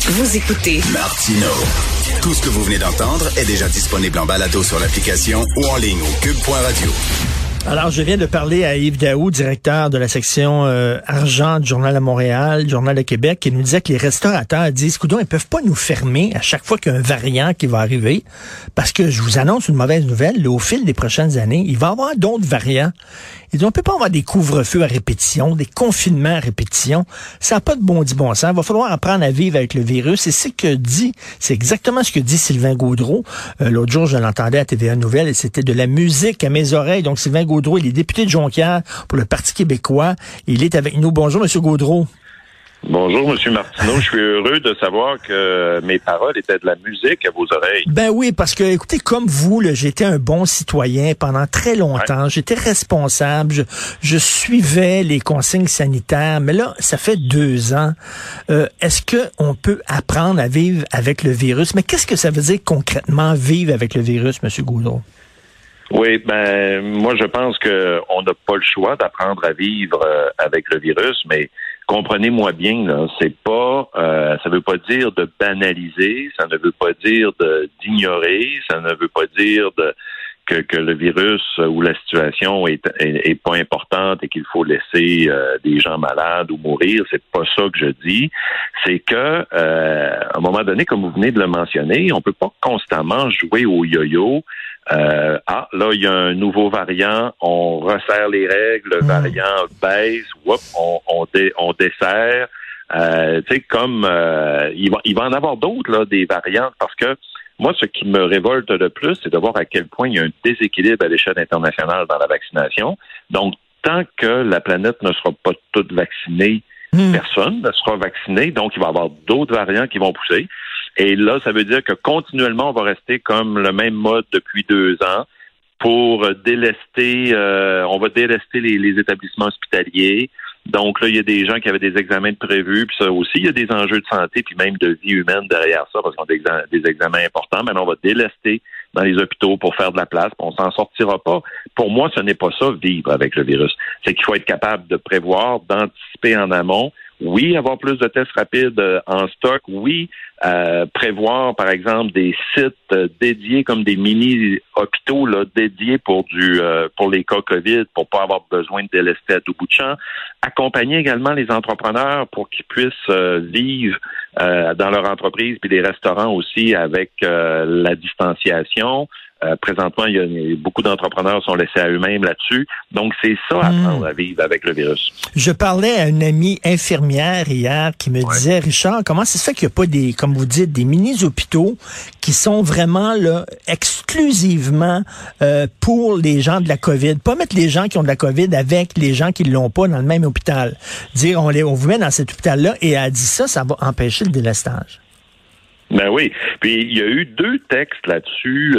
Vous écoutez Martino. Tout ce que vous venez d'entendre est déjà disponible en balado sur l'application ou en ligne au cube.radio. Alors, je viens de parler à Yves Daou, directeur de la section argent du Journal de Montréal, du Journal de Québec, qui nous disait que les restaurateurs disent, coudonc, ils peuvent pas nous fermer à chaque fois qu'il y a un variant qui va arriver, parce que je vous annonce une mauvaise nouvelle, là, au fil des prochaines années, il va y avoir d'autres variants. Ils disent, on peut pas avoir des couvre-feux à répétition, des confinements à répétition. Ça n'a pas de bon sens. Il va falloir apprendre à vivre avec le virus. Et c'est exactement ce que dit Sylvain Gaudreault. L'autre jour, je l'entendais à TVA Nouvelles et c'était de la musique à mes oreilles. Donc, Sylvain Gaudreault, il est député de Jonquière pour le Parti québécois. Il est avec nous. Bonjour, Monsieur Gaudreault. Bonjour, Monsieur Martineau. Je suis heureux de savoir que mes paroles étaient de la musique à vos oreilles. Ben oui, parce que, écoutez, comme vous, j'étais un bon citoyen pendant très longtemps. Ouais. J'étais responsable. Je suivais les consignes sanitaires. Mais là, ça fait 2 ans. Est-ce qu'on peut apprendre à vivre avec le virus? Mais qu'est-ce que ça veut dire concrètement, vivre avec le virus, Monsieur Gaudreault? Oui, ben moi je pense que on n'a pas le choix d'apprendre à vivre avec le virus, mais comprenez-moi bien, là, c'est pas, ça veut pas dire de banaliser, ça ne veut pas dire d'ignorer, ça ne veut pas dire que le virus ou la situation est pas importante et qu'il faut laisser des gens malades ou mourir. C'est pas ça que je dis. C'est que à un moment donné, comme vous venez de le mentionner, on peut pas constamment jouer au yo-yo. Là, il y a un nouveau variant, on resserre les règles, le variant baisse, on dessert. Tu sais, comme il va en avoir d'autres, là, des variantes, parce que moi, ce qui me révolte le plus, c'est de voir à quel point il y a un déséquilibre à l'échelle internationale dans la vaccination. Donc, tant que la planète ne sera pas toute vaccinée, personne ne sera vacciné, donc il va y avoir d'autres variants qui vont pousser. Et là, ça veut dire que continuellement, on va rester comme le même mode depuis 2 ans pour délester, on va délester les établissements hospitaliers. Donc là, il y a des gens qui avaient des examens de prévus, puis ça aussi, il y a des enjeux de santé, puis même de vie humaine derrière ça, parce qu'on a des examens importants. Maintenant, on va délester dans les hôpitaux pour faire de la place, puis on s'en sortira pas. Pour moi, ce n'est pas ça, vivre avec le virus. C'est qu'il faut être capable de prévoir, d'anticiper en amont. Oui, avoir plus de tests rapides en stock. Oui, prévoir, par exemple, des sites dédiés comme des mini-hôpitaux là, dédiés pour les cas COVID, pour pas avoir besoin de délester à tout bout de champ. Accompagner également les entrepreneurs pour qu'ils puissent vivre dans leur entreprise, puis les restaurants aussi avec la distanciation. Présentement, il y a beaucoup d'entrepreneurs sont laissés à eux-mêmes là-dessus. Donc, c'est ça, apprendre à vivre avec le virus. Je parlais à une amie infirmière hier qui me disait, Richard, comment c'est ça qu'il n'y a pas des, comme vous dites, des mini-hôpitaux qui sont vraiment là exclusivement pour les gens de la COVID. Pas mettre les gens qui ont de la COVID avec les gens qui ne l'ont pas dans le même hôpital. Dire, on vous met dans cet hôpital-là, et elle dit ça va empêcher le délestage. Ben oui. Puis il y a eu 2 textes là-dessus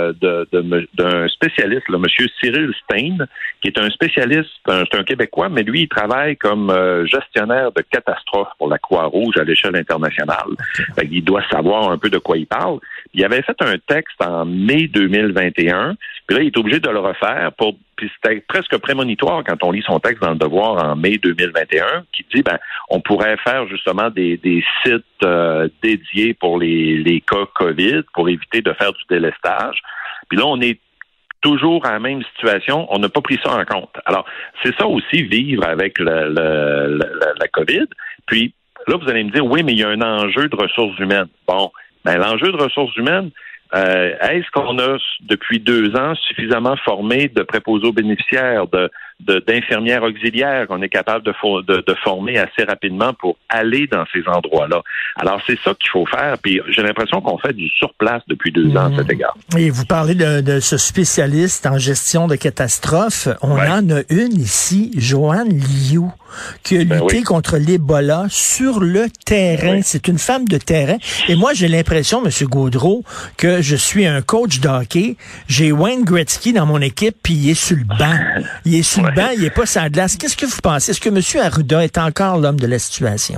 d'un spécialiste, là, M. Cyril Stein, qui est un spécialiste, c'est un Québécois, mais lui, il travaille comme gestionnaire de catastrophes pour la Croix-Rouge à l'échelle internationale. Fait qu'il doit savoir un peu de quoi il parle. Il avait fait un texte en mai 2021, puis là, il est obligé de le refaire puis c'était presque prémonitoire quand on lit son texte dans Le Devoir en mai 2021, qui dit, on pourrait faire justement des sites dédiés pour les cas COVID pour éviter de faire du délestage. Puis là, on est toujours à la même situation. On n'a pas pris ça en compte. Alors, c'est ça aussi, vivre avec la COVID. Puis là, vous allez me dire, oui, mais il y a un enjeu de ressources humaines. Bon, l'enjeu de ressources humaines, est-ce qu'on a, depuis 2 ans, suffisamment formé de préposés aux bénéficiaires, d'infirmières auxiliaires qu'on est capable de former assez rapidement pour aller dans ces endroits-là? Alors, c'est ça qu'il faut faire. Puis, j'ai l'impression qu'on fait du surplace depuis 2 ans à cet égard. Et vous parlez de ce spécialiste en gestion de catastrophes. On en a une ici, Joanne Liu, qui a lutté contre l'Ebola sur le terrain. C'est une femme de terrain. Et moi, j'ai l'impression, M. Gaudreault, que je suis un coach de hockey. J'ai Wayne Gretzky dans mon équipe, puis il est sur le banc. Il est sur le banc, il n'est pas sur la glace. Qu'est-ce que vous pensez? Est-ce que M. Arruda est encore l'homme de la situation?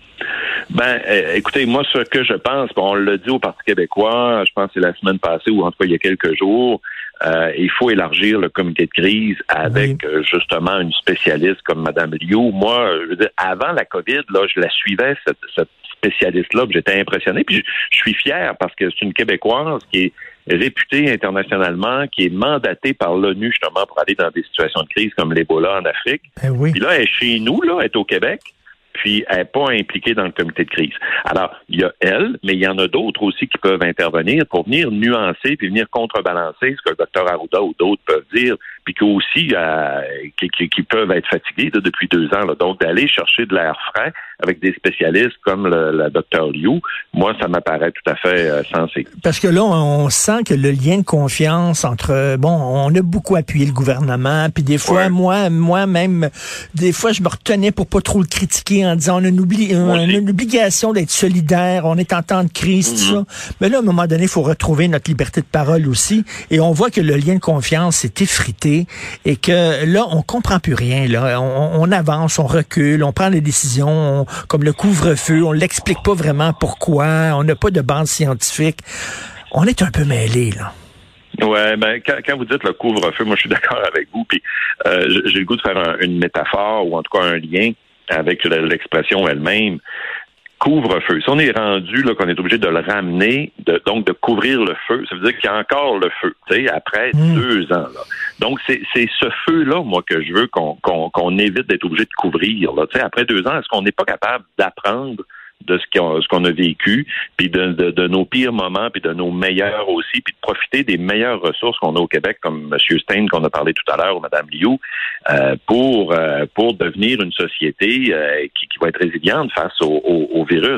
Écoutez, moi, ce que je pense, on l'a dit au Parti québécois, je pense que c'est la semaine passée, ou en tout cas il y a quelques jours, il faut élargir le comité de crise avec justement une spécialiste comme Mme Liu. Moi, je veux dire, avant la COVID, là, je la suivais, cette spécialiste-là. J'étais impressionné. Puis je suis fier parce que c'est une Québécoise qui est réputée internationalement, qui est mandatée par l'ONU justement pour aller dans des situations de crise comme l'Ebola en Afrique. Oui. Puis là, elle est chez nous, là, elle est au Québec. Puis elle n'est pas impliquée dans le comité de crise. Alors, il y a elle, mais il y en a d'autres aussi qui peuvent intervenir pour venir nuancer puis venir contrebalancer ce que le docteur Arruda ou d'autres peuvent dire, puis qu'aussi qui peuvent être fatigués depuis 2 ans. Là. Donc, d'aller chercher de l'air frais avec des spécialistes comme le docteur Liu, moi, ça m'apparaît tout à fait sensé. Parce que là, on sent que le lien de confiance entre, on a beaucoup appuyé le gouvernement, puis des fois, moi-même, des fois, je me retenais pour pas trop le critiquer en disant on a une obligation d'être solidaire, on est en temps de crise, tout ça. Mais là, à un moment donné, il faut retrouver notre liberté de parole aussi. Et on voit que le lien de confiance s'est effrité et que là, on comprend plus rien. Là, on avance, on recule, on prend des décisions comme le couvre-feu, on l'explique pas vraiment pourquoi, on n'a pas de base scientifique. On est un peu mêlés, là. Ouais, ben quand vous dites le couvre-feu, moi je suis d'accord avec vous. Puis j'ai le goût de faire une métaphore ou en tout cas un lien avec l'expression elle-même. Couvre-feu. Si on est rendu là qu'on est obligé de le ramener, donc de couvrir le feu, ça veut dire qu'il y a encore le feu, tu sais, après 2 ans. Là. Donc c'est ce feu-là, moi, que je veux qu'on évite d'être obligé de couvrir. Là. Tu sais, après 2 ans, est-ce qu'on n'est pas capable d'apprendre de ce qu'on a vécu, puis de nos pires moments, puis de nos meilleurs aussi, puis de profiter des meilleures ressources qu'on a au Québec, comme M. Stein qu'on a parlé tout à l'heure, ou Mme Liu, pour devenir une société qui va être résiliente face au virus.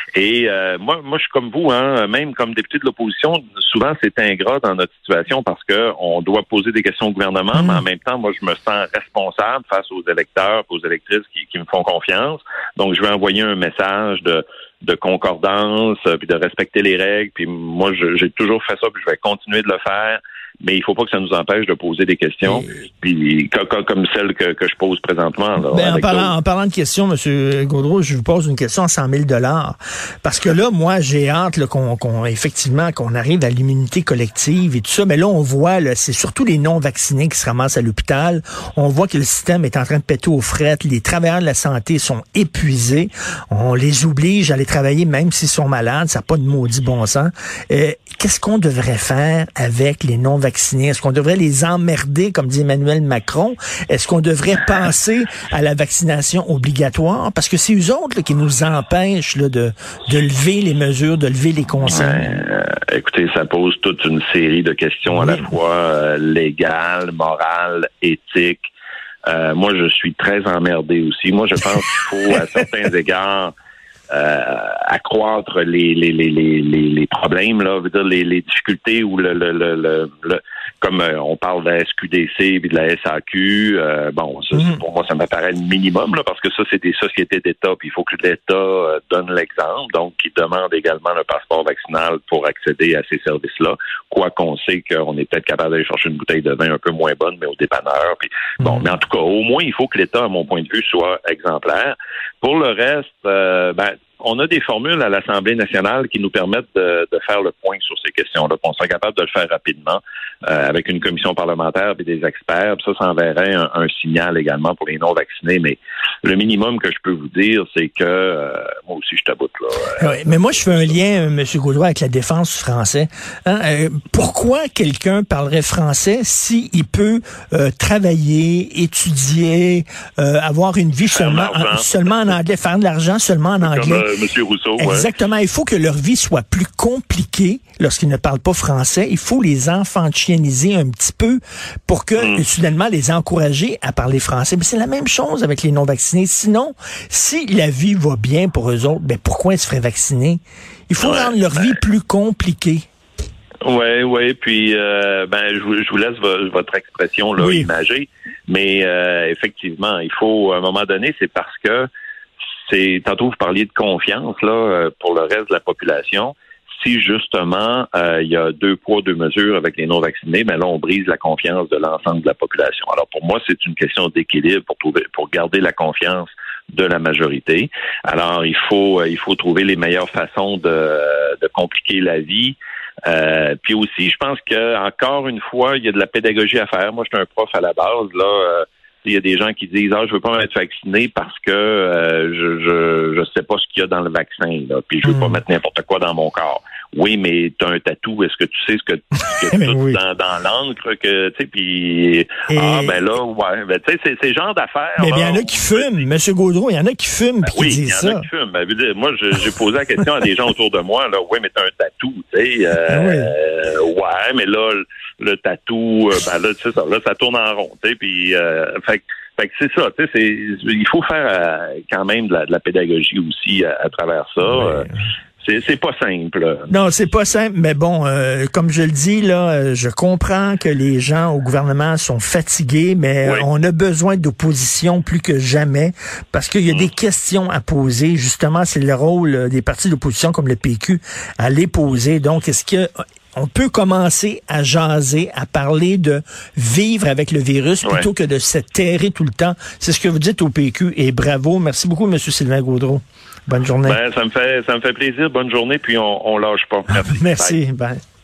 Et moi, je suis comme vous, même comme député de l'opposition, souvent c'est ingrat dans notre situation parce que on doit poser des questions au gouvernement, mais en même temps, moi, je me sens responsable face aux électeurs, aux électrices qui me font confiance. Donc, je vais envoyer un message de concordance, puis de respecter les règles. Puis moi, j'ai toujours fait ça, puis je vais continuer de le faire. Mais il faut pas que ça nous empêche de poser des questions, puis comme celle que je pose présentement. Là, en parlant de questions, M. Gaudreault, je vous pose une question à 100 000 $. Parce que là, moi, j'ai hâte effectivement qu'on arrive à l'immunité collective et tout ça. Mais là, on voit, là, c'est surtout les non-vaccinés qui se ramassent à l'hôpital. On voit que le système est en train de péter aux frettes. Les travailleurs de la santé sont épuisés. On les oblige à aller travailler même s'ils sont malades. Ça n'a pas de maudit bon sens. Qu'est-ce qu'on devrait faire avec les non-vaccinés? Est-ce qu'on devrait les emmerder, comme dit Emmanuel Macron? Est-ce qu'on devrait penser à la vaccination obligatoire? Parce que c'est eux autres là, qui nous empêchent là, de lever les mesures, de lever les consignes. Écoutez, ça pose toute une série de questions à la fois légales, morales, éthiques. Moi, je suis très emmerdé aussi. Moi, je pense qu'il faut, à certains égards, accroître les problèmes, là, veut dire les difficultés ou comme on parle de la SQDC et de la SAQ, ça, pour moi, ça m'apparaît le minimum, là, parce que ça, c'est des sociétés d'État, puis il faut que l'État donne l'exemple, donc qui demande également le passeport vaccinal pour accéder à ces services-là, quoi qu'on sait qu'on est peut-être capable d'aller chercher une bouteille de vin un peu moins bonne, mais au dépanneur. Puis, mais en tout cas, au moins, il faut que l'État, à mon point de vue, soit exemplaire. Pour le reste, on a des formules à l'Assemblée nationale qui nous permettent de faire le point sur ces questions-là, qu'on soit capable de le faire rapidement avec une commission parlementaire et des experts. Puis ça enverrait un signal également pour les non-vaccinés. Mais le minimum que je peux vous dire, c'est que moi aussi, je taboute là. Oui, mais moi, je fais un lien, M. Gaudreault, avec la défense du français. Pourquoi quelqu'un parlerait français s'il peut travailler, étudier, avoir une vie seulement en anglais, faire de l'argent seulement en anglais? Monsieur Rousseau. Exactement. Ouais. Il faut que leur vie soit plus compliquée lorsqu'ils ne parlent pas français. Il faut les enfantianiser un petit peu pour que, soudainement, les encourager à parler français. Mais c'est la même chose avec les non-vaccinés. Sinon, si la vie va bien pour eux autres, pourquoi ils se feraient vacciner? Il faut rendre leur vie plus compliquée. Oui. Puis, je vous laisse votre expression là imagée. Mais effectivement, il faut, à un moment donné, c'est parce que tantôt vous parliez de confiance là pour le reste de la population. Si justement il y a 2 poids 2 mesures avec les non-vaccinés, là on brise la confiance de l'ensemble de la population. Alors pour moi c'est une question d'équilibre pour garder la confiance de la majorité. Alors il faut trouver les meilleures façons de compliquer la vie. Puis aussi, je pense que encore une fois, il y a de la pédagogie à faire. Moi, je suis un prof à la base là. Il y a des gens qui disent je veux pas m'être vacciné parce que je sais pas ce qu'il y a dans le vaccin, là, puis je veux pas mettre n'importe quoi dans mon corps. Oui, mais t'as un tatou, est-ce que tu sais ce que tout oui. dans l'encre que tu sais, puis ben là, ouais, ben tu sais, c'est genre d'affaires. Mais il y en a qui fument, M. Gaudreau, il y en a qui fument puis qui disent ça. Oui, il y en a qui fument. Ben, moi, j'ai posé la question à des gens autour de moi, là, oui, mais t'as un tatou, tu sais, ouais, mais là, le tatou, ben là, c'est ça, là, ça tourne en rond, tu sais, puis fait que c'est ça, tu sais, il faut faire quand même de la pédagogie aussi à travers ça. C'est pas simple. Non, c'est pas simple, mais bon, comme je le dis, là, je comprends que les gens au gouvernement sont fatigués, mais on a besoin d'opposition plus que jamais, parce qu'il y a des questions à poser. Justement, c'est le rôle des partis d'opposition comme le PQ à les poser. Donc, est-ce que on peut commencer à jaser, à parler de vivre avec le virus plutôt que de se terrer tout le temps? C'est ce que vous dites au PQ, et bravo. Merci beaucoup, M. Sylvain Gaudreau. Bonne journée. Ben, ça me fait plaisir. Bonne journée, puis on lâche pas. Merci. Merci. Bye.